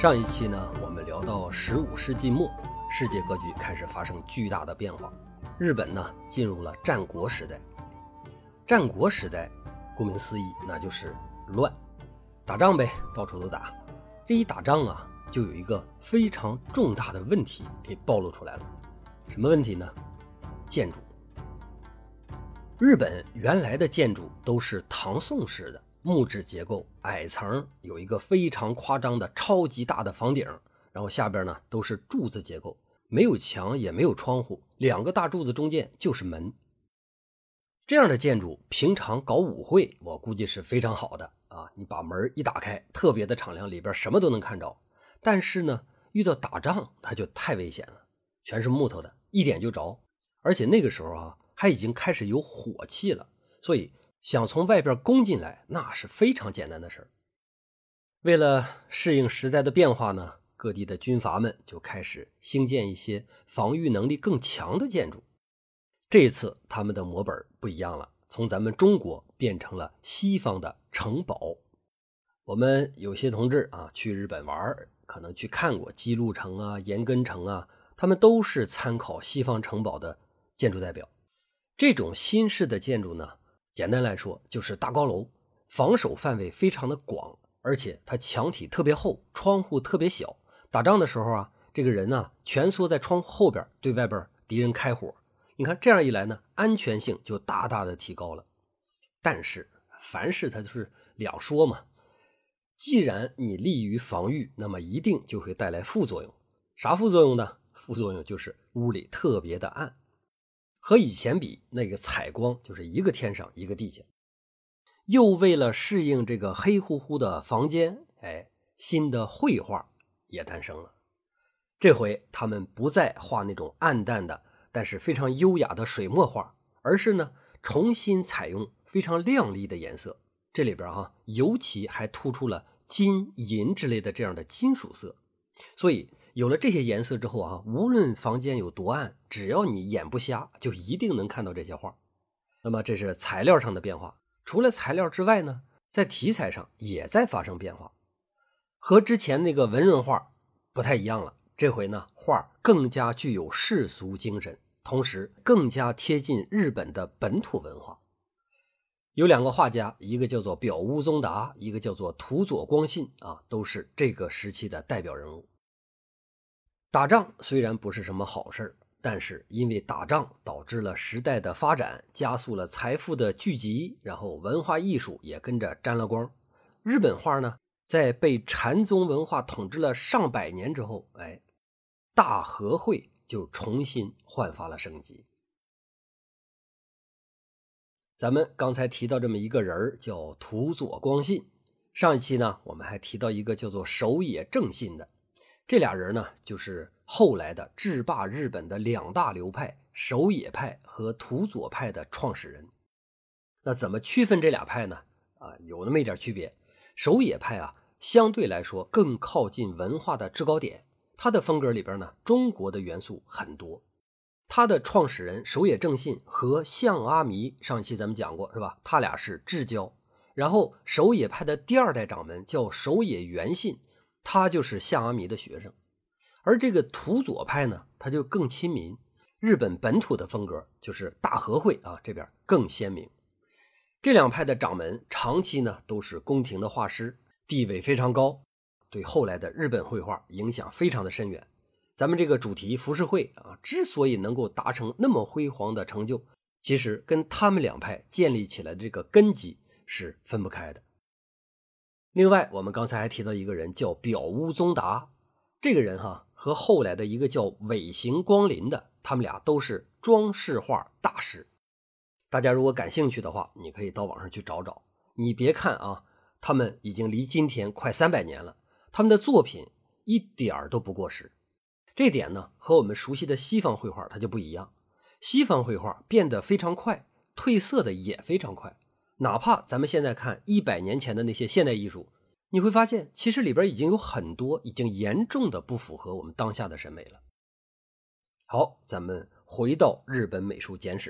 上一期呢，我们聊到15世纪末，世界格局开始发生巨大的变化。日本呢，进入了战国时代。战国时代，顾名思义，那就是乱，打仗呗，到处都打。这一打仗啊，就有一个非常重大的问题给暴露出来了。什么问题呢？建筑。日本原来的建筑都是唐宋式的木质结构，矮层有一个非常夸张的超级大的房顶，然后下边呢都是柱子结构，没有墙也没有窗户，两个大柱子中间就是门。这样的建筑平常搞舞会我估计是非常好的啊，你把门一打开，特别的敞亮，里边什么都能看着。但是呢，遇到打仗它就太危险了，全是木头的，一点就着，而且那个时候啊还已经开始有火器了，所以想从外边攻进来那是非常简单的事儿。为了适应时代的变化呢，各地的军阀们就开始兴建一些防御能力更强的建筑。这一次他们的模本不一样了，从咱们中国变成了西方的城堡。我们有些同志啊去日本玩，可能去看过姬路城啊、岩根城啊，他们都是参考西方城堡的建筑代表。这种新式的建筑呢，简单来说就是大高楼，防守范围非常的广，而且它墙体特别厚，窗户特别小。打仗的时候啊，这个人呢蜷缩在窗户后边，对外边敌人开火。你看这样一来呢，安全性就大大的提高了。但是凡事它就是两说嘛，既然你利于防御，那么一定就会带来副作用。啥副作用呢？副作用就是屋里特别的暗。和以前比，那个采光就是一个天上一个地下。又为了适应这个黑乎乎的房间，新的绘画也诞生了。这回他们不再画那种暗淡的但是非常优雅的水墨画，而是呢重新采用非常亮丽的颜色。这里边尤其还突出了金银之类的这样的金属色。所以有了这些颜色之后无论房间有多暗，只要你眼不瞎，就一定能看到这些画。那么这是材料上的变化。除了材料之外呢，在题材上也在发生变化。和之前那个文人画不太一样了，这回呢画更加具有世俗精神，同时更加贴近日本的本土文化。有两个画家，一个叫做表屋宗达，一个叫做土佐光信都是这个时期的代表人物。打仗虽然不是什么好事，但是因为打仗导致了时代的发展，加速了财富的聚集，然后文化艺术也跟着沾了光。日本画呢，在被禅宗文化统治了上百年之后，大和会就重新焕发了生机。咱们刚才提到这么一个人叫土佐光信，上一期呢我们还提到一个叫做守野正信的。这俩人呢就是后来的制霸日本的两大流派，守野派和土佐派的创始人。那怎么区分这俩派呢？有那么一点区别。守野派相对来说更靠近文化的制高点，它的风格里边呢中国的元素很多。他的创始人守野正信和向阿弥，上一期咱们讲过是吧？他俩是至交。然后守野派的第二代掌门叫守野元信，他就是向阿弥的学生。而这个土佐派呢，他就更亲民，日本本土的风格就是大和会这边更鲜明。这两派的掌门长期呢都是宫廷的画师，地位非常高，对后来的日本绘画影响非常的深远。咱们这个主题浮世绘之所以能够达成那么辉煌的成就，其实跟他们两派建立起来的这个根基是分不开的。另外我们刚才还提到一个人叫表屋宗达，这个人和后来的一个叫尾形光临的，他们俩都是装饰画大师。大家如果感兴趣的话，你可以到网上去找找。你别看他们已经离今天快300年了，他们的作品一点都不过时。这点呢和我们熟悉的西方绘画它就不一样。西方绘画变得非常快，褪色的也非常快。哪怕咱们现在看100年前的那些现代艺术，你会发现其实里边已经有很多已经严重的不符合我们当下的审美了。好，咱们回到日本美术简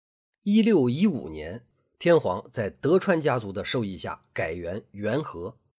史。1615年，天皇在德川家族的授意下改元元和。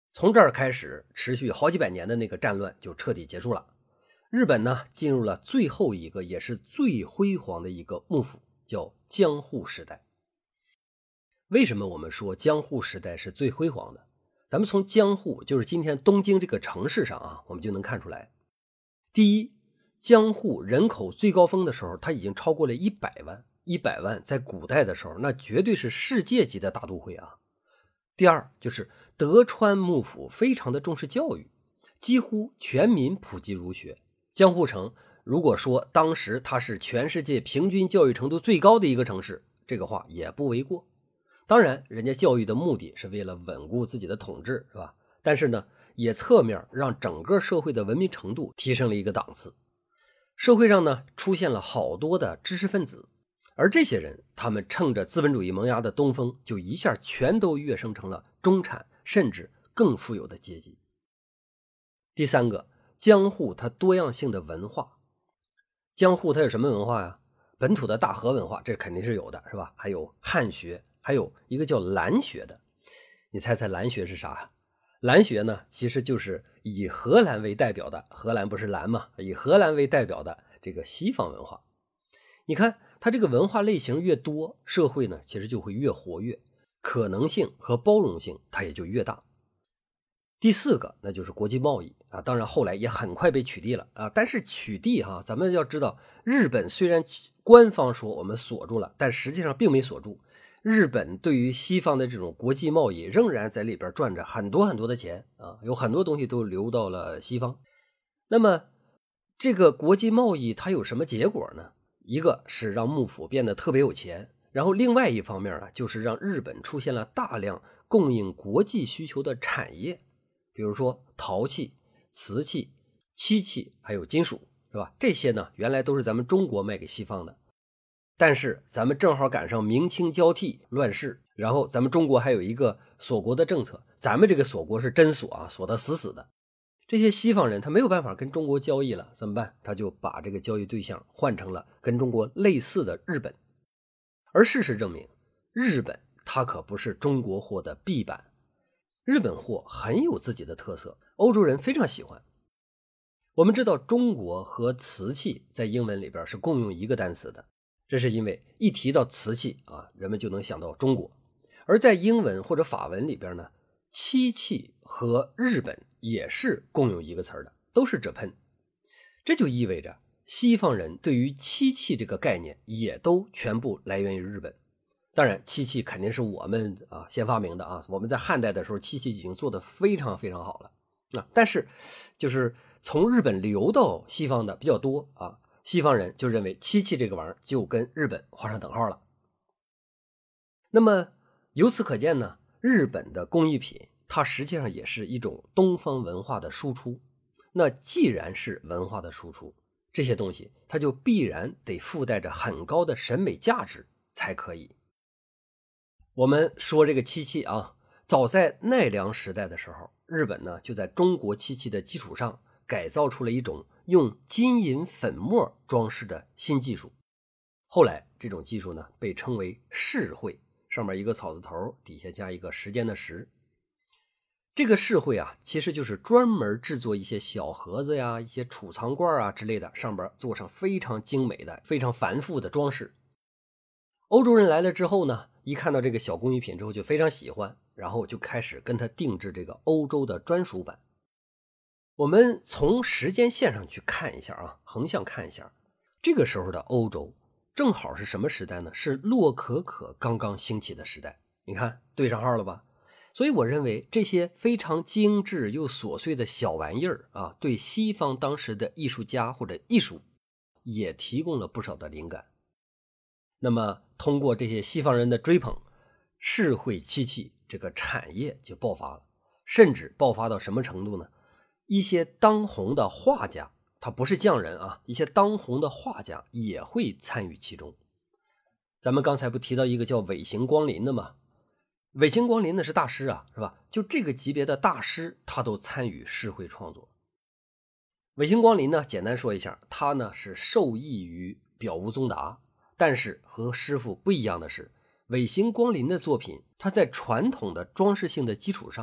从这儿开始，持续好几百年的那个战乱就彻底结束了。日本呢，进入了最后一个也是最辉煌的一个幕府，叫江户时代。为什么我们说江户时代是最辉煌的？咱们从江户，就是今天东京这个城市上啊，我们就能看出来。第一，江户人口最高峰的时候，它已经超过了100万。100万在古代的时候，那绝对是世界级的大都会啊。第二，就是德川幕府非常的重视教育，几乎全民普及儒学。江户城如果说当时它是全世界平均教育程度最高的一个城市，这个话也不为过。当然人家教育的目的是为了稳固自己的统治，是吧？但是呢，也侧面让整个社会的文明程度提升了一个档次。社会上呢，出现了好多的知识分子，而这些人他们趁着资本主义萌芽的东风，就一下全都跃升成了中产甚至更富有的阶级。第三个，江户它多样性的文化。江户它有什么文化呀？本土的大和文化，这肯定是有的，是吧？还有汉学，还有一个叫兰学的。你猜猜兰学是啥呀？兰学呢，其实就是以荷兰为代表的，荷兰不是蓝吗？以荷兰为代表的这个西方文化。你看它这个文化类型越多，社会呢其实就会越活跃，可能性和包容性它也就越大。第四个那就是国际贸易啊，当然后来也很快被取缔了啊。但是取缔咱们要知道，日本虽然官方说我们锁住了，但实际上并没锁住。日本对于西方的这种国际贸易仍然在里边赚着很多很多的钱啊，有很多东西都流到了西方。那么这个国际贸易它有什么结果呢？一个是让幕府变得特别有钱，然后另外一方面就是让日本出现了大量供应国际需求的产业，比如说陶器、瓷器、漆器还有金属，是吧？这些呢原来都是咱们中国卖给西方的，但是咱们正好赶上明清交替乱世，然后咱们中国还有一个锁国的政策，咱们这个锁国是真锁啊，锁得死死的。这些西方人他没有办法跟中国交易了，怎么办？他就把这个交易对象换成了跟中国类似的日本。而事实证明，日本它可不是中国货的B版，日本货很有自己的特色，欧洲人非常喜欢。我们知道中国和瓷器在英文里边是共用一个单词的，这是因为一提到瓷器啊，人们就能想到中国。而在英文或者法文里边呢，漆器和日本也是共用一个词的，都是Japan。这就意味着西方人对于漆器这个概念也都全部来源于日本。当然漆器肯定是我们先发明的啊，我们在汉代的时候漆器已经做得非常非常好了但是就是从日本流到西方的比较多啊，西方人就认为漆器这个玩意儿就跟日本画上等号了。那么由此可见呢，日本的工艺品它实际上也是一种东方文化的输出。那既然是文化的输出，这些东西它就必然得附带着很高的审美价值才可以。我们说这个漆器啊，早在奈良时代的时候，日本呢就在中国漆器的基础上改造出了一种用金银粉末装饰的新技术。后来这种技术呢被称为饰绘，上面一个草字头，底下加一个时间的时。这个饰绘其实就是专门制作一些小盒子呀、一些储藏罐之类的，上边做上非常精美的、非常繁复的装饰。欧洲人来了之后呢，一看到这个小工艺品之后就非常喜欢，然后就开始跟他定制这个欧洲的专属版。我们从时间线上去看一下横向看一下，这个时候的欧洲正好是什么时代呢？是洛可可刚刚兴起的时代。你看对上号了吧？所以我认为这些非常精致又琐碎的小玩意儿对西方当时的艺术家或者艺术也提供了不少的灵感。那么通过这些西方人的追捧，饰绘漆器这个产业就爆发了，甚至爆发到什么程度呢？一些当红的画家，他不是匠人一些当红的画家也会参与其中。咱们刚才不提到一个叫尾形光临的吗？尾形光临那是大师是吧？就这个级别的大师他都参与饰绘创作。尾形光临呢，简单说一下，他呢是受益于表无宗达，但是和师傅不一样的是，尾形光临的作品他在传统的装饰性的基础上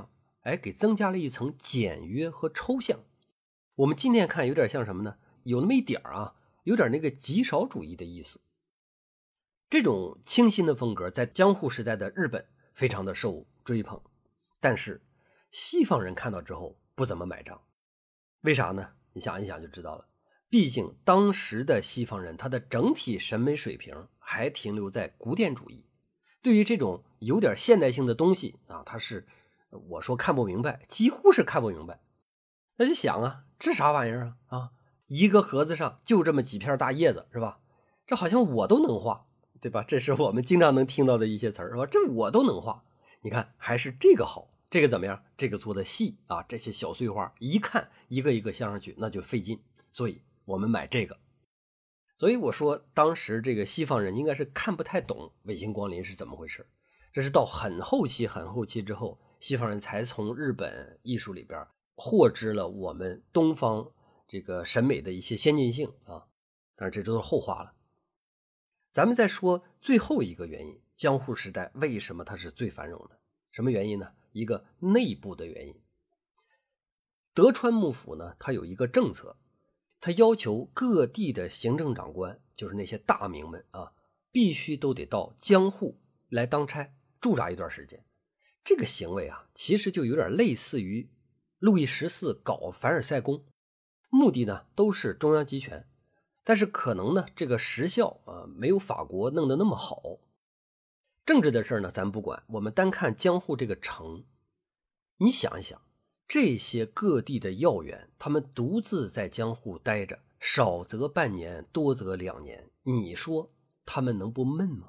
给增加了一层简约和抽象。我们今天看有点像什么呢？有那么一点有点那个极少主义的意思。这种清新的风格在江户时代的日本非常的受追捧，但是西方人看到之后不怎么买账。为啥呢？你想一想就知道了。毕竟当时的西方人他的整体审美水平还停留在古典主义，对于这种有点现代性的东西他是我说看不明白，几乎是看不明白。那就想这啥玩意儿一个盒子上就这么几片大叶子是吧？这好像我都能画，对吧？这是我们经常能听到的一些词儿是吧？这我都能画。你看还是这个好，这个怎么样？这个做的细这些小碎花一看一个一个镶上去那就费劲，所以我们买这个。所以我说当时这个西方人应该是看不太懂卫星光临是怎么回事，这是到很后期之后，西方人才从日本艺术里边获知了我们东方这个审美的一些先进性但是这都是后话了。咱们再说最后一个原因，江户时代为什么它是最繁荣的？什么原因呢？一个内部的原因。德川幕府呢，它有一个政策，它要求各地的行政长官，就是那些大名们必须都得到江户来当差驻扎一段时间。这个行为其实就有点类似于路易14搞凡尔赛宫，目的呢都是中央集权，但是可能呢这个时效没有法国弄得那么好。政治的事呢咱不管，我们单看江户这个城。你想一想，这些各地的要员他们独自在江户待着，少则半年，多则2年，你说他们能不闷吗？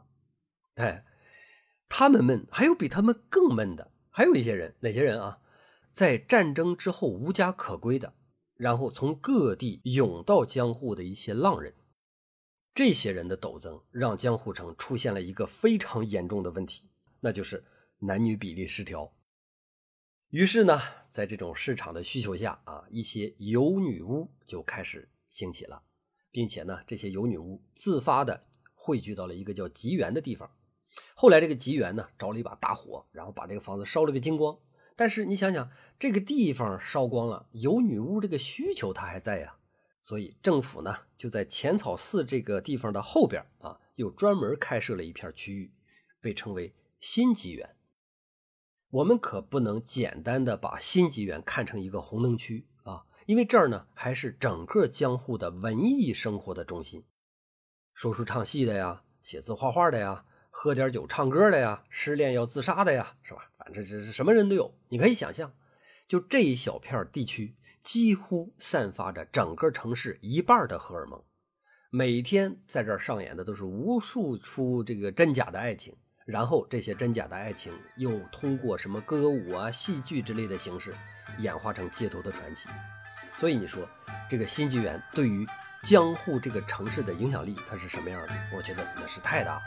他们闷，还有比他们更闷的，还有一些人。哪些人在战争之后无家可归的，然后从各地涌到江户的一些浪人。这些人的陡增让江户城出现了一个非常严重的问题，那就是男女比例失调。于是呢，在这种市场的需求下一些游女屋就开始兴起了，并且呢，这些游女屋自发的汇聚到了一个叫吉原的地方。后来这个吉原呢，着了一把大火，然后把这个房子烧了个精光。但是你想想，这个地方烧光了，游女屋这个需求它还在所以政府呢就在浅草寺这个地方的后边又专门开设了一片区域，被称为新吉原。我们可不能简单的把新吉原看成一个红灯区因为这儿呢还是整个江户的文艺生活的中心，说书唱戏的呀，写字画画的呀，喝点酒唱歌的呀，失恋要自杀的呀，是吧？反正这是什么人都有。你可以想象，就这一小片地区几乎散发着整个城市一半的荷尔蒙，每天在这儿上演的都是无数出这个真假的爱情，然后这些真假的爱情又通过什么歌舞戏剧之类的形式演化成街头的传奇。所以你说这个新纪元对于江户这个城市的影响力它是什么样的？我觉得那是太大了。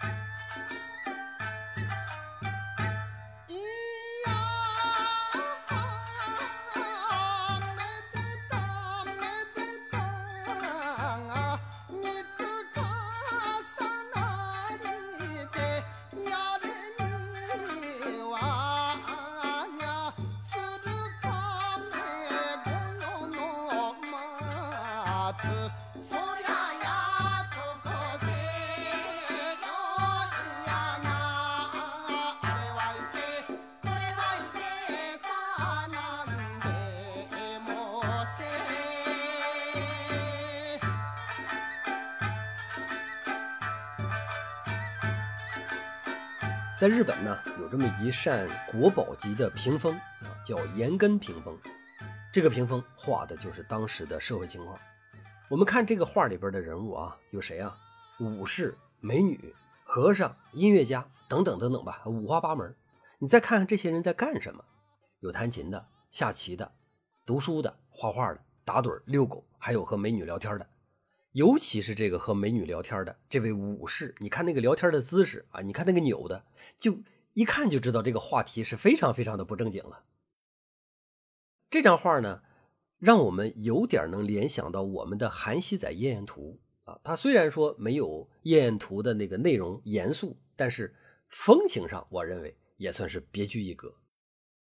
在日本呢，有这么一扇国宝级的屏风叫岩根屏风。这个屏风画的就是当时的社会情况。我们看这个画里边的人物有谁武士、美女、和尚、音乐家等等等等吧，五花八门。你再看看这些人在干什么，有弹琴的、下棋的、读书的、画画的、打盹、遛狗，还有和美女聊天的。尤其是这个和美女聊天的这位武士，你看那个聊天的姿势你看那个扭的，就一看就知道这个话题是非常非常的不正经了。这张画呢，让我们有点能联想到我们的韩熙载夜宴图它虽然说没有夜宴图的那个内容严肃，但是风情上我认为也算是别具一格。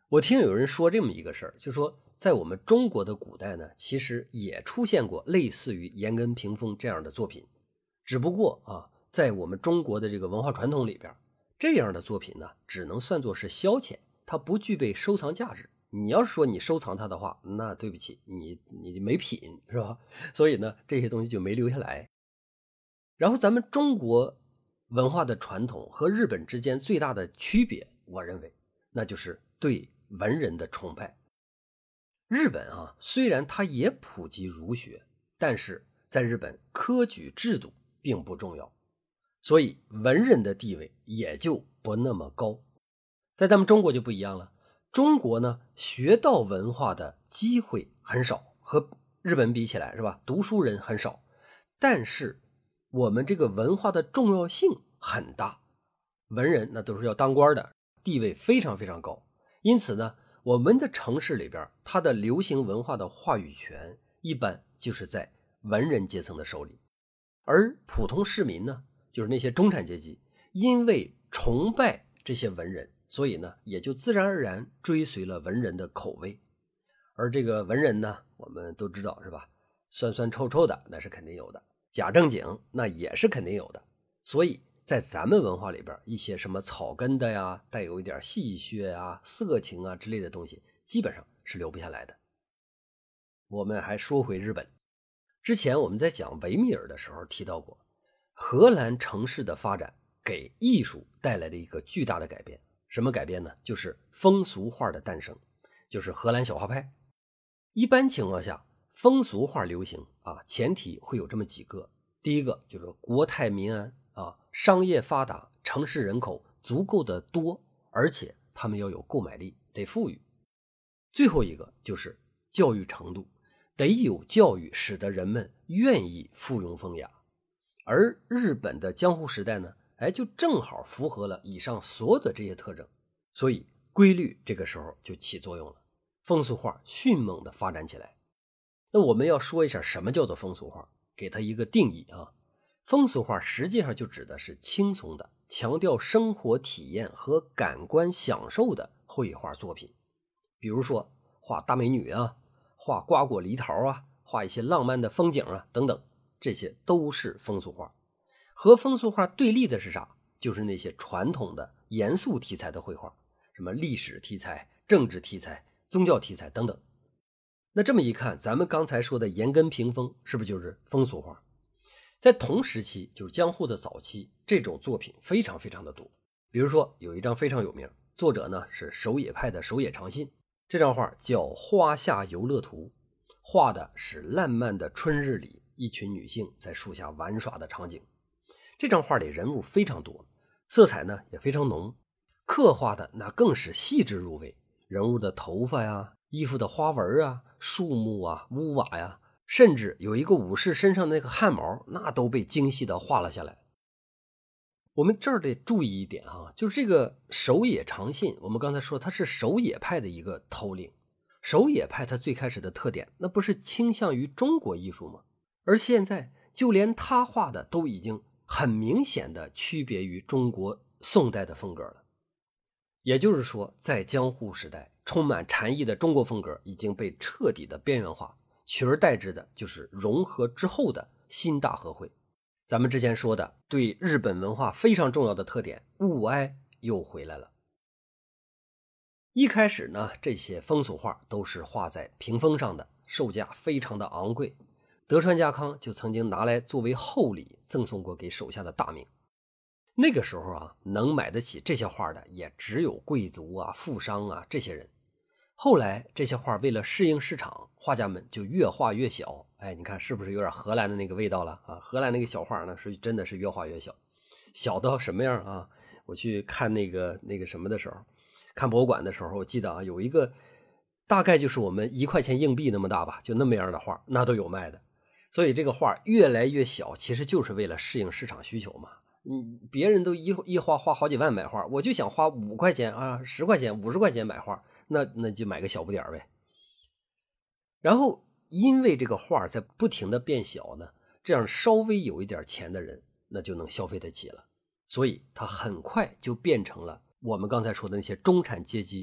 我听有人说这么一个事儿，就说在我们中国的古代呢，其实也出现过类似于盐根屏风这样的作品，只不过在我们中国的这个文化传统里边，这样的作品呢，只能算作是消遣，它不具备收藏价值。你要是说你收藏它的话，那对不起，你没品，是吧？所以呢，这些东西就没留下来。然后咱们中国文化的传统和日本之间最大的区别，我认为那就是对文人的崇拜。日本虽然它也普及儒学，但是在日本科举制度并不重要，所以文人的地位也就不那么高。在咱们中国就不一样了，中国呢学到文化的机会很少，和日本比起来是吧，读书人很少，但是我们这个文化的重要性很大，文人那都是要当官的，地位非常非常高。因此呢，我们的城市里边，它的流行文化的话语权一般就是在文人阶层的手里，而普通市民呢，就是那些中产阶级，因为崇拜这些文人，所以呢也就自然而然追随了文人的口味。而这个文人呢，我们都知道是吧，酸酸臭臭的那是肯定有的，假正经那也是肯定有的。所以在咱们文化里边，一些什么草根的呀，带有一点戏谑啊、色情啊之类的东西，基本上是留不下来的。我们还说回日本，之前我们在讲维米尔的时候提到过，荷兰城市的发展给艺术带来了一个巨大的改变。什么改变呢？就是风俗画的诞生，就是荷兰小画派。一般情况下，风俗画流行前提会有这么几个。第一个就是国泰民安商业发达，城市人口足够的多，而且他们要有购买力，得富裕。最后一个就是教育程度，得有教育使得人们愿意附庸风雅。而日本的江户时代呢，就正好符合了以上所有的这些特征，所以规律这个时候就起作用了，风俗画迅猛地发展起来。那我们要说一下什么叫做风俗画，给它一个定义风俗画实际上就指的是轻松的、强调生活体验和感官享受的绘画作品。比如说画大美女画瓜果梨桃画一些浪漫的风景等等，这些都是风俗画。和风俗画对立的是啥？就是那些传统的严肃题材的绘画，什么历史题材、政治题材、宗教题材等等。那这么一看，咱们刚才说的盐根屏风是不是就是风俗画？在同时期，就是江户的早期，这种作品非常非常的多。比如说有一张非常有名，作者呢是守野派的守野长信，这张画叫《花下游乐图》，画的是烂漫的春日里一群女性在树下玩耍的场景。这张画里人物非常多，色彩呢也非常浓，刻画的那更是细致入微，人物的头发呀、衣服的花纹树木屋瓦甚至有一个武士身上那个汗毛，那都被精细的画了下来。我们这儿得注意一点就是这个守野长信，我们刚才说他是守野派的一个头领。守野派他最开始的特点，那不是倾向于中国艺术吗？而现在就连他画的都已经很明显的区别于中国宋代的风格了。也就是说，在江户时代，充满禅意的中国风格已经被彻底的边缘化，取而代之的就是融合之后的新大和会。咱们之前说的对日本文化非常重要的特点物哀又回来了。一开始呢，这些风俗画都是画在屏风上的，售价非常的昂贵。德川家康就曾经拿来作为厚礼赠送过给手下的大名。那个时候能买得起这些画的也只有贵族富商这些人。后来这些画为了适应市场，画家们就越画越小。你看是不是有点荷兰的那个味道了荷兰那个小画呢，是真的是越画越小，小到什么样我去看那个什么的时候，看博物馆的时候，我记得有一个大概就是我们1块钱硬币那么大吧，就那么样的画，那都有卖的。所以这个画越来越小，其实就是为了适应市场需求嘛。别人都一花好几万买画，我就想花5块钱10块钱50块钱买画，那就买个小不点呗。然后因为这个画在不停的变小呢，这样稍微有一点钱的人那就能消费得起了，所以它很快就变成了我们刚才说的那些中产阶级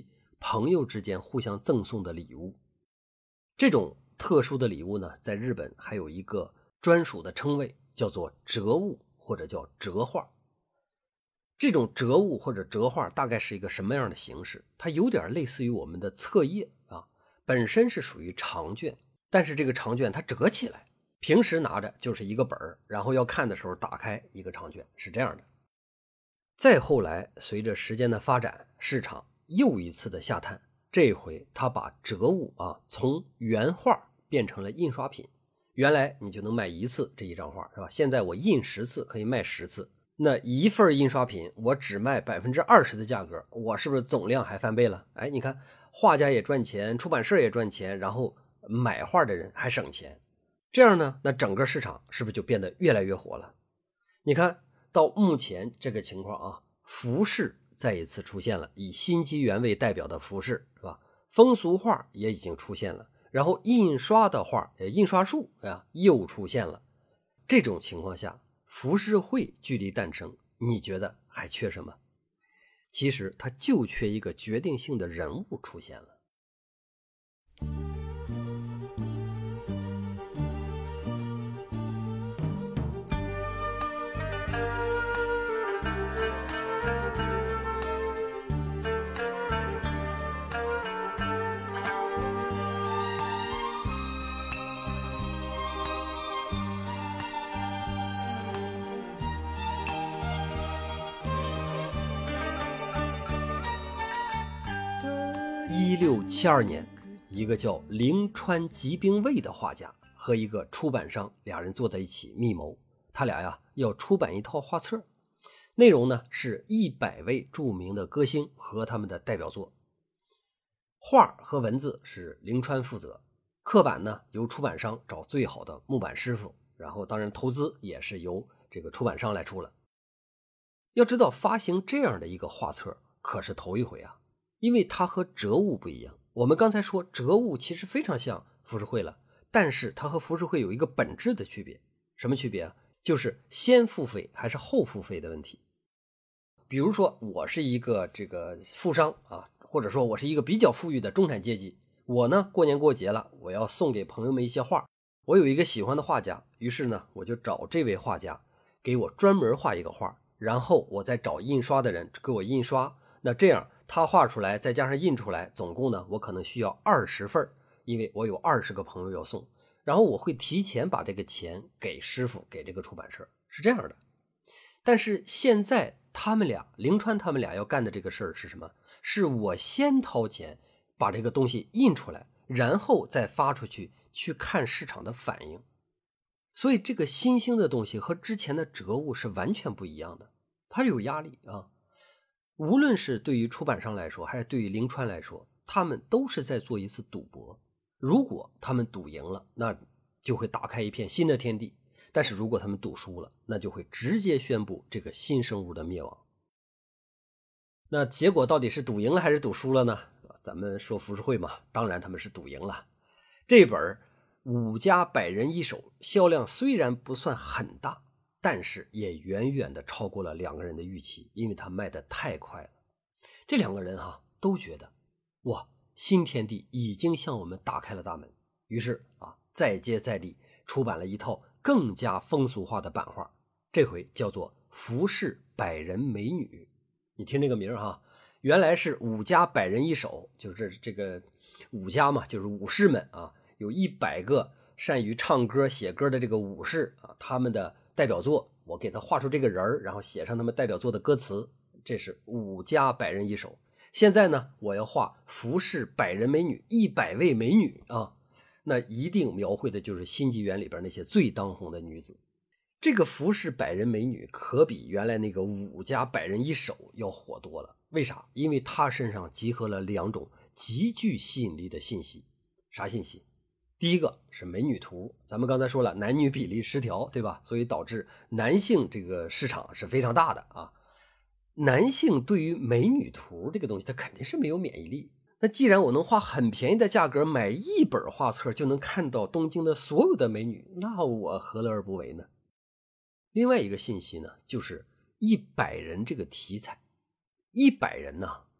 朋友之间互相赠送的礼物。这种特殊的礼物呢，在日本还有一个专属的称谓，叫做折物或者叫折画。这种折物或者折画大概是一个什么样的形式？它有点类似于我们的册页啊，本身是属于长卷，但是这个长卷它折起来，平时拿着就是一个本儿，然后要看的时候打开一个长卷，是这样的。再后来，随着时间的发展，市场又一次的下探，这回他把折物从原画变成了印刷品。原来你就能卖一次这一张画，是吧？现在我印10次可以卖10次。那一份印刷品我只卖20%的价格，我是不是总量还翻倍了？哎，你看画家也赚钱，出版社也赚钱，然后买画的人还省钱。这样呢，那整个市场是不是就变得越来越火了？你看到目前这个情况服饰再一次出现了，以新纪元为代表的服饰，是吧？风俗画也已经出现了，然后印刷的画，印刷术又出现了。这种情况下，浮世绘距离诞生，你觉得还缺什么？其实它就缺一个决定性的人物出现了。1672年，一个叫灵川吉兵卫的画家和一个出版商，俩人坐在一起密谋，他俩要出版一套画册，内容呢是100位著名的歌星和他们的代表作。画和文字是灵川负责，刻版呢由出版商找最好的木板师傅，然后当然投资也是由这个出版商来出了。要知道发行这样的一个画册可是头一回因为它和折物不一样。我们刚才说折物其实非常像浮世绘了，但是它和浮世绘有一个本质的区别。什么区别就是先付费还是后付费的问题。比如说我是一个富商或者说我是一个比较富裕的中产阶级，我呢过年过节了，我要送给朋友们一些画，我有一个喜欢的画家，于是呢我就找这位画家给我专门画一个画，然后我再找印刷的人给我印刷。那这样他画出来再加上印出来，总共呢我可能需要20份，因为我有20个朋友要送，然后我会提前把这个钱给师傅，给这个出版社，是这样的。但是现在他们俩，灵川他们俩要干的这个事儿是什么？是我先掏钱把这个东西印出来，然后再发出去，去看市场的反应。所以这个新兴的东西和之前的折物是完全不一样的，它有压力无论是对于出版商来说，还是对于灵川来说，他们都是在做一次赌博。如果他们赌赢了，那就会打开一片新的天地；但是如果他们赌输了，那就会直接宣布这个新生物的灭亡。那结果到底是赌赢了还是赌输了呢？咱们说浮世绘嘛，当然他们是赌赢了。这本5家百人一首销量虽然不算很大，但是也远远的超过了2个人的预期，因为它卖得太快了。这2个人都觉得哇，新天地已经向我们打开了大门，于是再接再厉，出版了一套更加风俗化的版画，这回叫做《浮世百人美女》。你听这个名原来是5家百人一首，就是这个武家嘛，就是武士们有100个善于唱歌写歌的这个武士他们的代表作，我给他画出这个人，然后写上他们代表作的歌词，这是5家百人一首。现在呢，我要画浮世百人美女，100位美女那一定描绘的就是新纪元里边那些最当红的女子。这个浮世百人美女可比原来那个5家百人一首要火多了。为啥？因为她身上集合了2种极具吸引力的信息。啥信息？第一个是美女图，咱们刚才说了男女比例失调，对吧？所以导致男性这个市场是非常大的男性对于美女图这个东西他肯定是没有免疫力。那既然我能花很便宜的价格买1本画册就能看到东京的所有的美女，那我何乐而不为呢？另外一个信息呢，就是100人这个题材。100人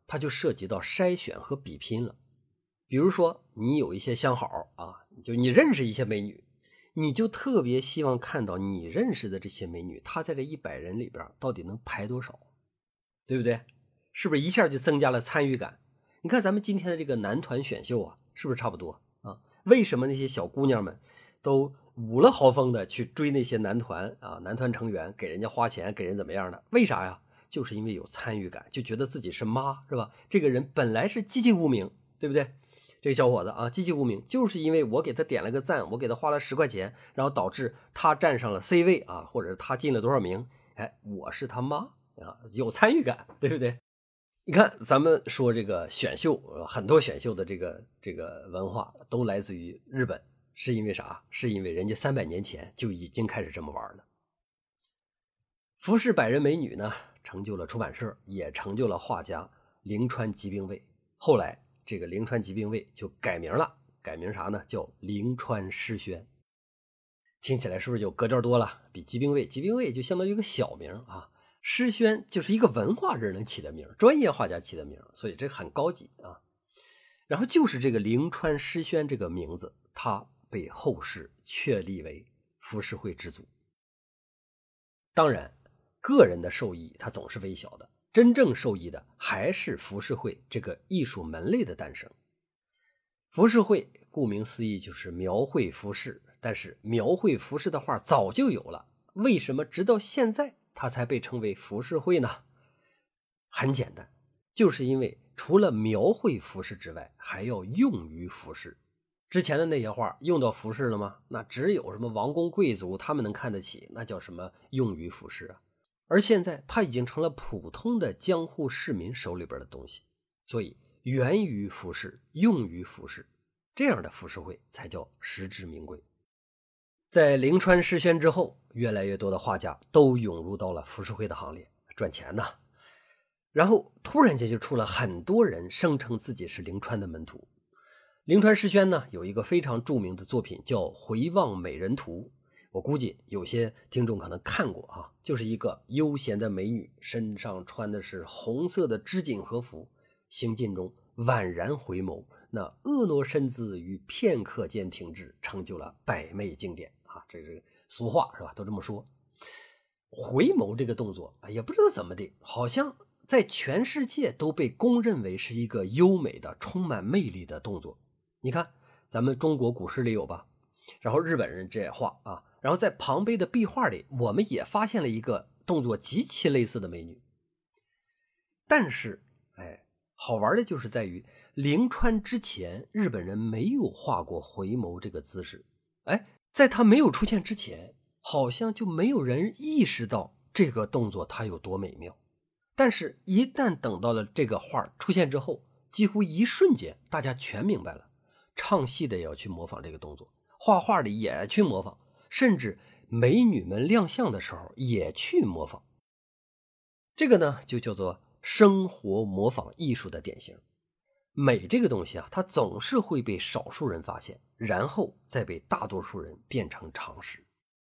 它就涉及到筛选和比拼了。比如说你有一些相好啊，就你认识一些美女，你就特别希望看到你认识的这些美女，她在这100人里边到底能排多少，对不对？是不是一下就增加了参与感？你看咱们今天的这个男团选秀啊，是不是差不多啊？为什么那些小姑娘们都五了豪风的去追那些男团啊，男团成员，给人家花钱，给人怎么样的？为啥呀？就是因为有参与感，就觉得自己是妈，是吧？这个人本来是籍籍无名，对不对？这个小伙子啊，籍籍无名，就是因为我给他点了个赞，我给他花了10块钱，然后导致他站上了 C 位啊，或者是他进了多少名，哎，我是他妈啊，有参与感，对不对？你看咱们说这个选秀，很多选秀的这个文化都来自于日本，是因为啥？是因为人家300年前就已经开始这么玩了。服饰百人美女呢，成就了出版社，也成就了画家灵川吉兵卫。后来这个灵川吉兵卫就改名了，改名啥呢？叫灵川诗轩。听起来是不是就格调多了？比吉兵卫就相当于一个小名啊，诗轩就是一个文化人能起的名，专业画家起的名，所以这很高级啊。然后就是这个灵川诗轩这个名字，它被后世确立为浮世绘之祖。当然个人的受益它总是微小的，真正受益的还是浮世绘这个艺术门类的诞生。浮世绘顾名思义就是描绘浮世，但是描绘浮世的画早就有了，为什么直到现在它才被称为浮世绘呢？很简单，就是因为除了描绘浮世之外，还要用于浮世。之前的那些画用到浮世了吗？那只有什么王公贵族他们能看得起，那叫什么用于浮世啊？而现在它已经成了普通的江户市民手里边的东西，所以源于浮世，用于浮世，这样的浮世绘才叫实至名归。在灵川诗轩之后，越来越多的画家都涌入到了浮世绘的行列，赚钱呐。然后突然间就出了很多人声称自己是灵川的门徒。灵川诗轩呢有一个非常著名的作品叫《回望美人图》，我估计有些听众可能看过啊，就是一个悠闲的美女，身上穿的是红色的织锦和服，行进中宛然回眸，那婀娜身姿于片刻间停滞，成就了百媚经典啊，这是俗话是吧？都这么说。回眸这个动作也不知道怎么的，好像在全世界都被公认为是一个优美的充满魅力的动作。你看咱们中国古诗里有吧，然后日本人这也画啊，然后在庞碑的壁画里我们也发现了一个动作极其类似的美女。但是好玩的就是在于灵川之前日本人没有画过回眸这个姿势，在他没有出现之前好像就没有人意识到这个动作它有多美妙。但是一旦等到了这个画出现之后，几乎一瞬间大家全明白了，唱戏的也要去模仿这个动作，画画的也去模仿，甚至美女们亮相的时候也去模仿。这个呢就叫做生活模仿艺术的典型。美这个东西啊，它总是会被少数人发现，然后再被大多数人变成常识。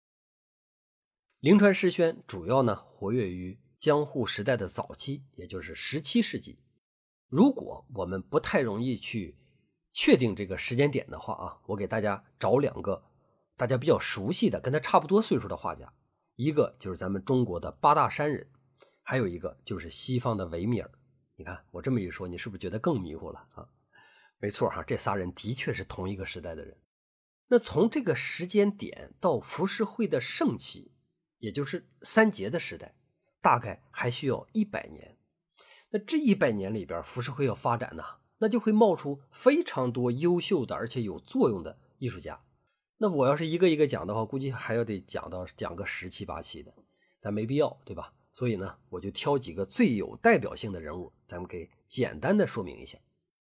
灵川诗轩主要呢活跃于江户时代的早期，也就是17世纪。如果我们不太容易去确定这个时间点的话啊，我给大家找2个大家比较熟悉的跟他差不多岁数的画家，一个就是咱们中国的八大山人，还有一个就是西方的维米尔。你看我这么一说，你是不是觉得更迷糊了啊？没错哈，这仨人的确是同一个时代的人。那从这个时间点到浮世绘的盛期，也就是三杰的时代，大概还需要100年。那这100年里边，浮世绘要发展呢，那就会冒出非常多优秀的而且有作用的艺术家。那我要是一个一个讲的话，估计还要得讲个17、18期的，咱没必要，对吧？所以呢，我就挑几个最有代表性的人物，咱们给简单的说明一下。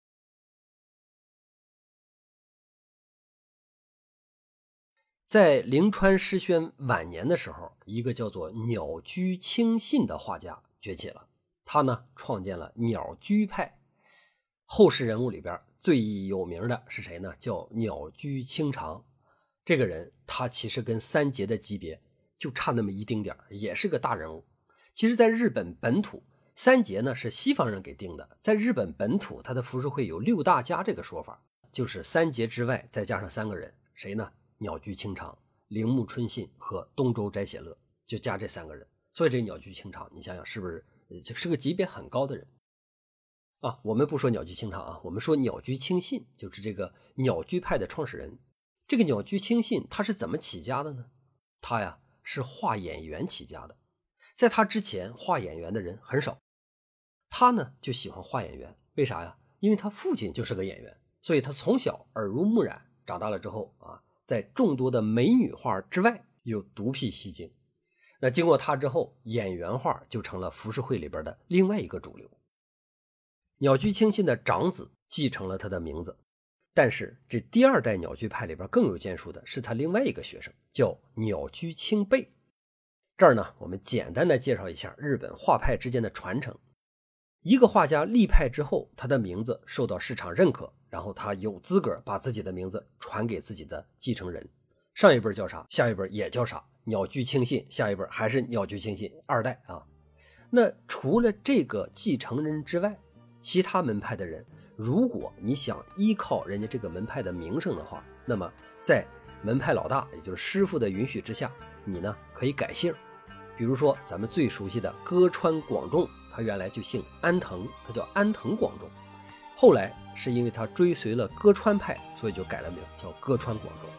在灵川诗轩晚年的时候，一个叫做鸟居清信的画家崛起了。他呢创建了鸟居派。后世人物里边最有名的是谁呢？叫鸟居清长。这个人他其实跟三杰的级别就差那么一丁点，也是个大人物。其实在日本本土， 三节呢是西方人给定的，在日本本土它的浮世绘有6大家这个说法，就是三节之外再加上3个人，谁呢？鸟居清长、铃木春信和东周斋写乐，就加这3个人。所以这鸟居清长你想想是不是是个级别很高的人啊？我们不说鸟居清长啊，我们说鸟居清信，就是这个鸟居派的创始人。这个鸟居清信他是怎么起家的呢？他呀是画演员起家的，在他之前画演员的人很少，他呢就喜欢画演员。为啥呀？因为他父亲就是个演员，所以他从小耳濡目染，长大了之后啊，在众多的美女画之外又独辟蹊径。那经过他之后，演员画就成了浮世绘里边的另外一个主流。鸟居清信的长子继承了他的名字，但是这第2代鸟居派里边更有建树的是他另外一个学生，叫鸟居清备。这儿呢，我们简单的介绍一下日本画派之间的传承。一个画家立派之后，他的名字受到市场认可，然后他有资格把自己的名字传给自己的继承人。上一辈叫啥，下一辈也叫啥，鸟居清信，下一辈还是鸟居清信2代啊。那除了这个继承人之外，其他门派的人，如果你想依靠人家这个门派的名声的话，那么在门派老大也就是师傅的允许之下，你呢可以改姓。比如说咱们最熟悉的歌川广重，他原来就姓安藤，他叫安藤广重，后来是因为他追随了歌川派，所以就改了名叫歌川广重。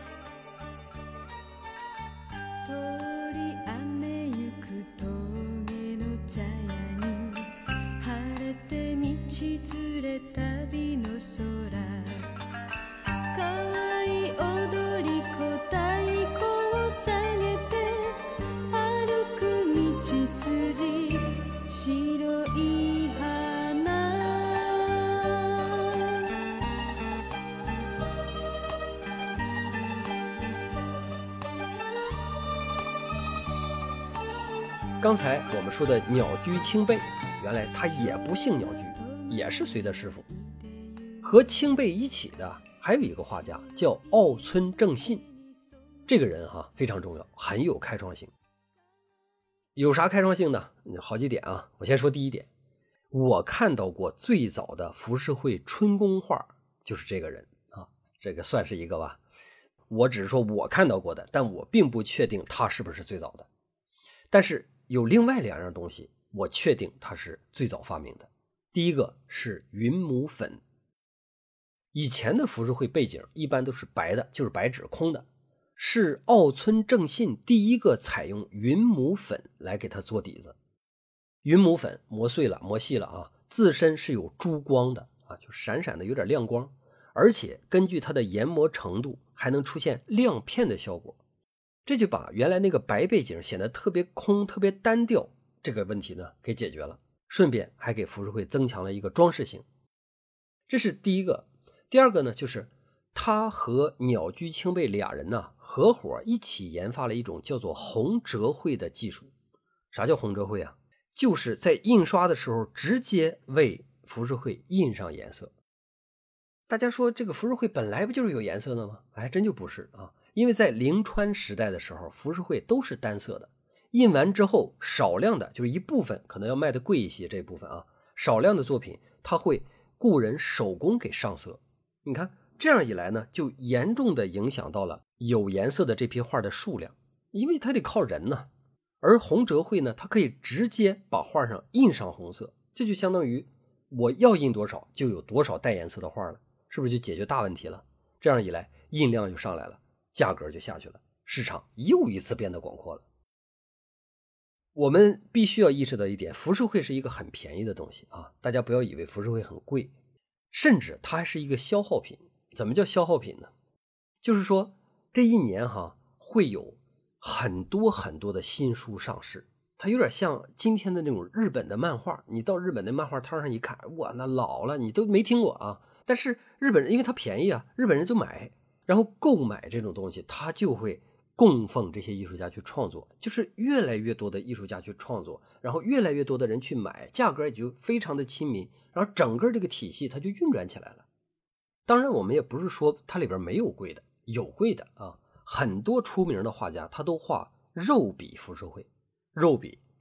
刚才我们说的鸟居清备，原来他也不姓鸟居，也是随的师傅。和清备一起的还有一个画家叫奥村正信，这个人非常重要，很有开创性。有啥开创性呢？好几点啊。我先说第一点，我看到过最早的浮世绘春宫画就是这个人啊，这个算是一个吧。我只是说我看到过的，但我并不确定他是不是最早的。但是有另外2样东西我确定它是最早发明的。第一个是云母粉。以前的浮世绘背景一般都是白的，就是白纸空的，是奥村正信第一个采用云母粉来给它做底子。云母粉磨碎了磨细了啊，自身是有珠光的啊，就闪闪的有点亮光，而且根据它的研磨程度还能出现亮片的效果，这就把原来那个白背景显得特别空特别单调这个问题呢给解决了，顺便还给浮世绘增强了一个装饰性。这是第一个。第二个呢，就是他和鸟居清备俩人呢合伙一起研发了一种叫做红折绘的技术。啥叫红折绘啊？就是在印刷的时候直接为浮世绘印上颜色。大家说这个浮世绘本来不就是有颜色的吗？哎，真就不是啊。因为在临川时代的时候，浮世绘都是单色的，印完之后少量的就是一部分可能要卖的贵一些，这部分啊少量的作品它会雇人手工给上色。你看这样一来呢，就严重的影响到了有颜色的这批画的数量，因为它得靠人呢。而红折绘呢，它可以直接把画上印上红色，这就相当于我要印多少就有多少带颜色的画了，是不是就解决大问题了？这样一来印量就上来了，价格就下去了，市场又一次变得广阔了。我们必须要意识到一点，浮世绘是一个很便宜的东西啊，大家不要以为浮世绘很贵，甚至它还是一个消耗品。怎么叫消耗品呢？就是说这一年会有很多很多的新书上市，它有点像今天的那种日本的漫画，你到日本的漫画摊上一看，哇，那老了你都没听过啊，但是日本人因为它便宜啊，日本人就买，然后购买这种东西，他就会供奉这些艺术家去创作，就是越来越多的艺术家去创作，然后越来越多的人去买，价格也就非常的亲民，然后整个这个体系它就运转起来了。当然我们也不是说它里边没有贵的，有贵的啊，很多出名的画家他都画肉笔浮世绘。肉笔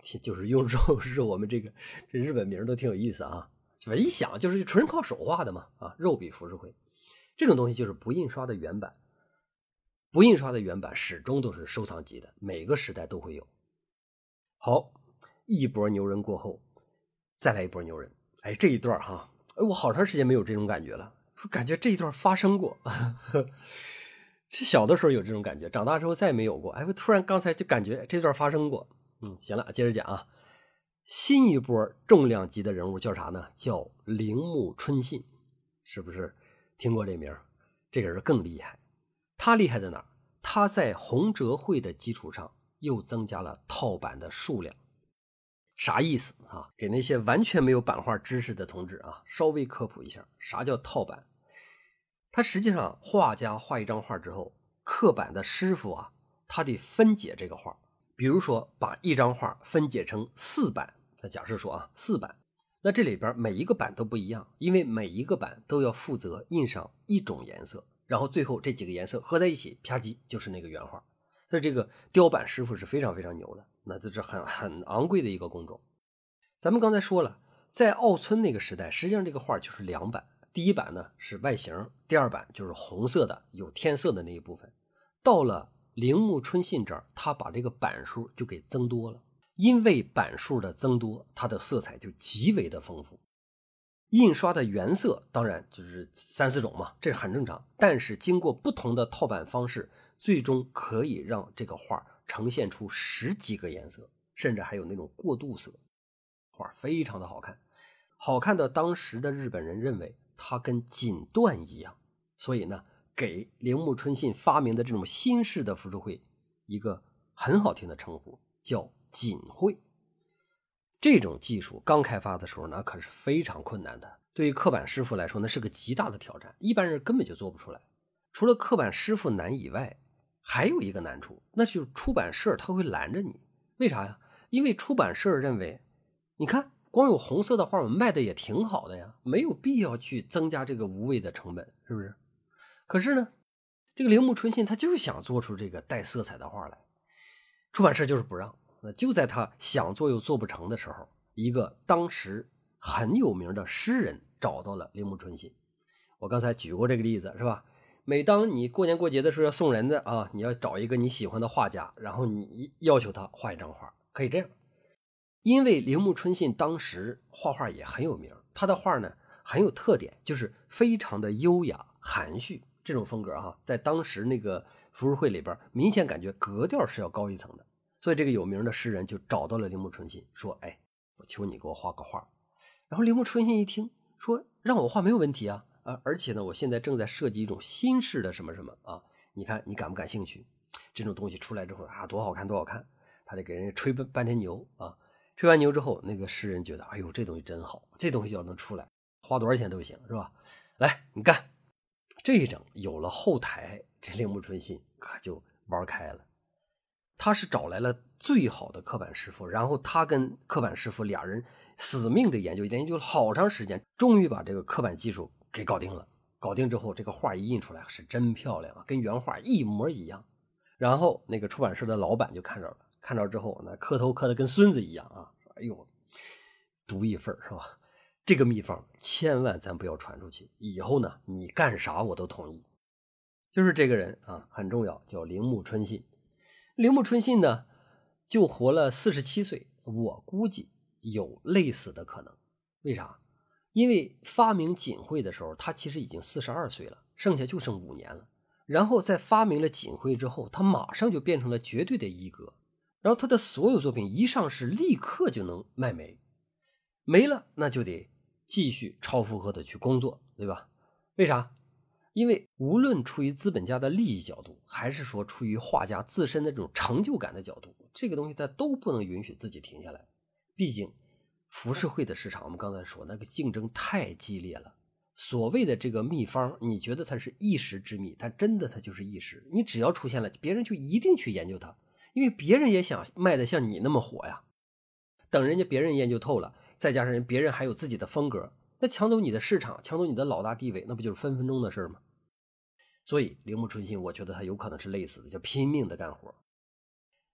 就是雍寿是我们这日本名都挺有意思啊，是吧？一想就是纯靠手画的嘛，啊，肉笔浮世绘这种东西就是不印刷的原版，不印刷的原版始终都是收藏级的，每个时代都会有。好，一波牛人过后，再来一波牛人。哎，这一段哈，我好长时间没有这种感觉了，感觉这一段发生过。这小的时候有这种感觉，长大之后再也没有过。哎，我突然刚才就感觉这段发生过。行了，接着讲啊。新一波重量级的人物叫啥呢？叫铃木春信，是不是听过这名？这个人更厉害。他厉害在哪儿？他在洪哲绘的基础上又增加了套版的数量。啥意思啊？给那些完全没有版画知识的同志啊，稍微科普一下，啥叫套版？他实际上画家画一张画之后，刻版的师傅啊，他得分解这个画。比如说把一张画分解成4版，咱假设说啊4版，那这里边每一个版都不一样，因为每一个版都要负责印上一种颜色，然后最后这几个颜色合在一起，啪叽就是那个原画。所以这个雕版师傅是非常非常牛的，那这是很昂贵的一个工种。咱们刚才说了，在奥村那个时代，实际上这个画就是2版，第一版呢是外形，第2版就是红色的有天色的那一部分。到了铃木春信这儿，他把这个版数就给增多了，因为版数的增多，它的色彩就极为的丰富。印刷的原色当然就是3、4种嘛，这是很正常，但是经过不同的套版方式，最终可以让这个画呈现出10几个颜色，甚至还有那种过渡色，画非常的好看，好看的当时的日本人认为它跟锦缎一样，所以呢给铃木春信发明的这种新式的浮世绘一个很好听的称呼，叫锦绘。这种技术刚开发的时候呢，可是非常困难的，对于刻版师傅来说那是个极大的挑战，一般人根本就做不出来。除了刻版师傅难以外，还有一个难处，那就是出版社他会拦着你。为啥呀？因为出版社认为，你看光有红色的画我们卖的也挺好的呀，没有必要去增加这个无谓的成本，是不是？可是呢，这个铃木春信他就是想做出这个带色彩的画来，出版社就是不让。那就在他想做又做不成的时候，一个当时很有名的诗人找到了铃木春信。我刚才举过这个例子是吧？每当你过年过节的时候要送人的啊，你要找一个你喜欢的画家，然后你要求他画一张画，可以这样。因为铃木春信当时画画也很有名，他的画呢很有特点，就是非常的优雅含蓄，这种风格哈，在当时那个浮世绘里边明显感觉格调是要高一层的。所以这个有名的诗人就找到了铃木春信，说哎，我求你给我画个画。然后铃木春信一听说让我画没有问题啊，而且呢我现在正在设计一种新式的什么什么啊，你看你感不感兴趣？这种东西出来之后啊，多好看多好看，他得给人家吹半天牛啊。吹完牛之后，那个诗人觉得哎呦这东西真好，这东西要能出来花多少钱都行，是吧？来你干。这一整有了后台，这铃木春信可就玩开了。他是找来了最好的刻版师傅，然后他跟刻版师傅俩人死命的研究了好长时间，终于把这个刻版技术给搞定了。搞定之后，这个画一印出来是真漂亮啊，跟原画一模一样。然后那个出版社的老板就看着了，看着之后那磕头磕的跟孙子一样啊，哎呦，独一份是吧？这个秘方千万咱不要传出去，以后呢你干啥我都同意。就是这个人啊很重要，叫铃木春信。铃木春信呢就活了47岁，我估计有累死的可能。为啥？因为发明锦绘的时候他其实已经42岁了，剩下就剩5年了。然后在发明了锦绘之后，他马上就变成了绝对的一哥，然后他的所有作品一上市立刻就能卖没，没了那就得继续超负荷的去工作，对吧？为啥？因为无论出于资本家的利益角度，还是说出于画家自身的这种成就感的角度，这个东西他都不能允许自己停下来。毕竟浮世绘的市场我们刚才说那个竞争太激烈了，所谓的这个秘方你觉得它是一时之秘，但真的它就是一时，你只要出现了别人就一定去研究它，因为别人也想卖的像你那么火呀。等人家别人研究透了，再加上别人还有自己的风格，那抢走你的市场，抢走你的老大地位，那不就是分分钟的事吗？所以铃木春信我觉得他有可能是累死的，就拼命的干活。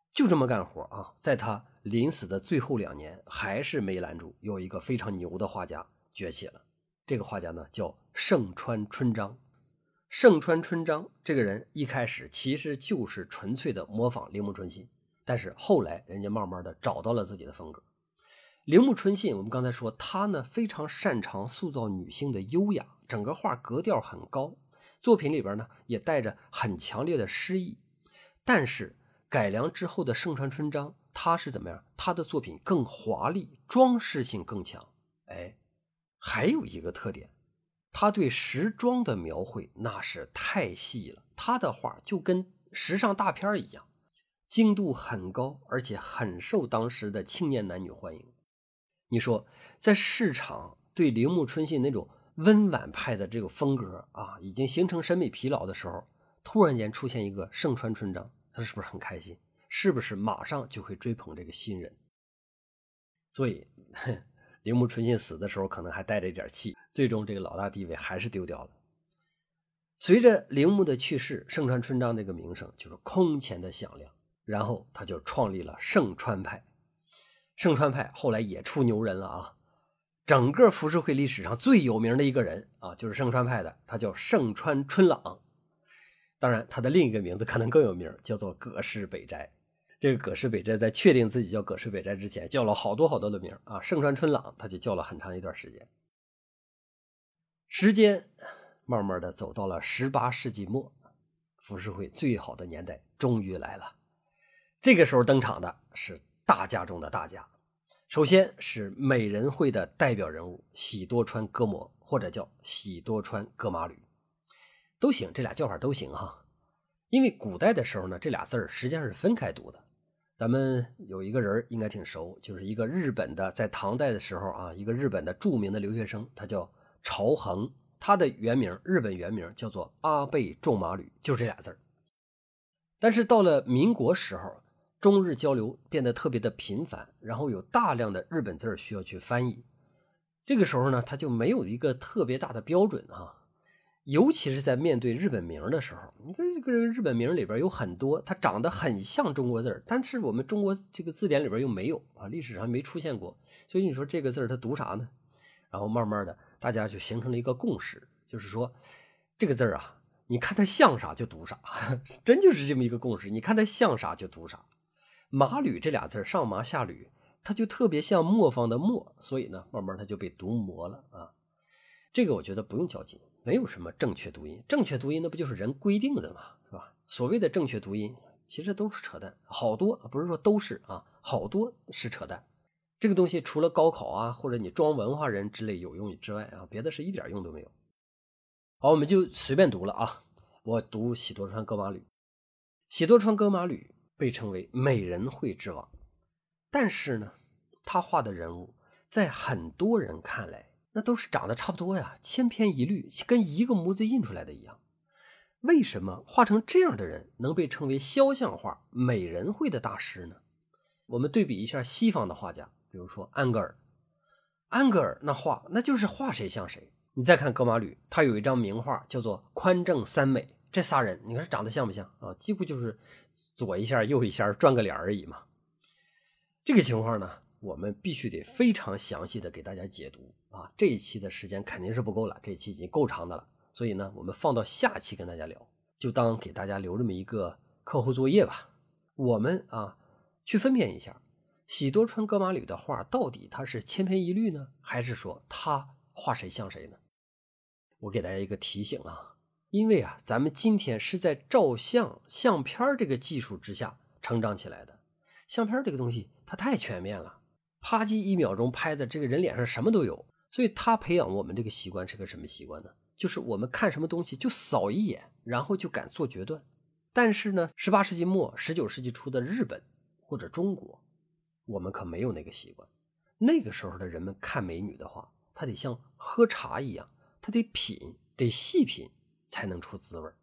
就这么干活啊，在他临死的最后2年，还是没拦住有一个非常牛的画家崛起了。这个画家呢叫盛川春章。盛川春章这个人一开始其实就是纯粹的模仿铃木春信，但是后来人家慢慢的找到了自己的风格。铃木春信我们刚才说他呢非常擅长塑造女性的优雅，整个画格调很高，作品里边呢也带着很强烈的诗意。但是改良之后的盛川春章他是怎么样？他的作品更华丽，装饰性更强。还有一个特点，他对时装的描绘那是太细了，他的画就跟时尚大片一样，精度很高，而且很受当时的青年男女欢迎。你说在市场对铃木春信那种温婉派的这个风格啊，已经形成审美疲劳的时候，突然间出现一个盛川春章，他是不是很开心？是不是马上就会追捧这个新人？所以铃木春信死的时候可能还带着一点气，最终这个老大地位还是丢掉了。随着铃木的去世，盛川春章这个名声就是空前的响亮，然后他就创立了盛川派。盛川派后来也出牛人了啊，整个浮世绘历史上最有名的一个人啊，就是盛川派的，他叫盛川春朗。当然他的另一个名字可能更有名，叫做葛饰北斋。这个葛饰北斋在确定自己叫葛饰北斋之前叫了好多好多的名啊，盛川春朗他就叫了很长一段时间。时间慢慢的走到了18世纪末，浮世绘最好的年代终于来了。这个时候登场的是大家中的大家，首先是美人绘的代表人物喜多川歌摩，或者叫喜多川歌麻吕，都行，这俩叫法都行哈。因为古代的时候呢，这俩字儿实际上是分开读的。咱们有一个人应该挺熟，就是一个日本的，在唐代的时候啊，一个日本的著名的留学生，他叫朝衡，他的原名日本原名叫做阿倍仲麻吕，就这俩字儿。但是到了民国时候，中日交流变得特别的频繁，然后有大量的日本字儿需要去翻译。这个时候呢，他就没有一个特别大的标准啊。尤其是在面对日本名的时候，你看这个日本名里边有很多它长得很像中国字，但是我们中国这个字典里边又没有啊，历史上没出现过，所以你说这个字它读啥呢？然后慢慢的大家就形成了一个共识，就是说这个字啊，你看它像啥就读啥，真就是这么一个共识，你看它像啥就读啥。麻吕这俩字上麻下吕，它就特别像磨坊的磨，所以呢慢慢它就被读磨了啊。这个我觉得不用较劲，没有什么正确读音，正确读音那不就是人规定的嘛，是吧？所谓的正确读音其实都是扯淡，好多不是说都是啊，好多是扯淡。这个东西除了高考啊或者你装文化人之类有用之外啊，别的是一点用都没有。好，我们就随便读了啊，我读喜多川歌麻吕。喜多川歌麻吕被称为美人绘之王，但是呢他画的人物在很多人看来那都是长得差不多呀，千篇一律，跟一个模子印出来的一样。为什么画成这样的人能被称为肖像画美人绘的大师呢？我们对比一下西方的画家，比如说安格尔。安格尔那画那就是画谁像谁。你再看歌麻吕，他有一张名画叫做宽正三美，这仨人你看长得像不像啊？几乎就是左一下右一下转个脸而已嘛。这个情况呢我们必须得非常详细的给大家解读啊！这一期的时间肯定是不够了，这一期已经够长的了，所以呢我们放到下期跟大家聊，就当给大家留这么一个课后作业吧。我们啊去分辨一下喜多川歌麻吕的画到底他是千篇一律呢，还是说他画谁像谁呢？我给大家一个提醒啊，因为啊咱们今天是在照相相片这个技术之下成长起来的，相片这个东西它太全面了，啪叽1秒钟拍的这个人脸上什么都有，所以他培养我们这个习惯是个什么习惯呢？就是我们看什么东西就扫一眼，然后就敢做决断。但是呢18世纪末19世纪初的日本或者中国，我们可没有那个习惯。那个时候的人们看美女的话，他得像喝茶一样，他得品，得细品才能出滋味。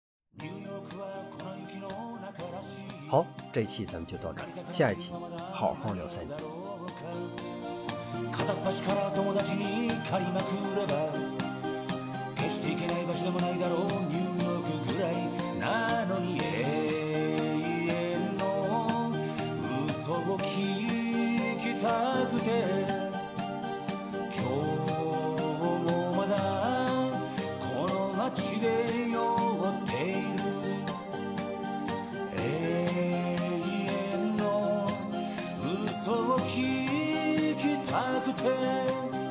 好，这一期咱们就到这儿，下一期好好聊三角。 片っ端から友達に借りまくれば決していけない場所でもないだろう、ニューヨークぐらいなのに永遠のくて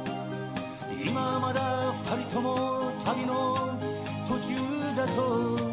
今まだ二人とも旅の途中だと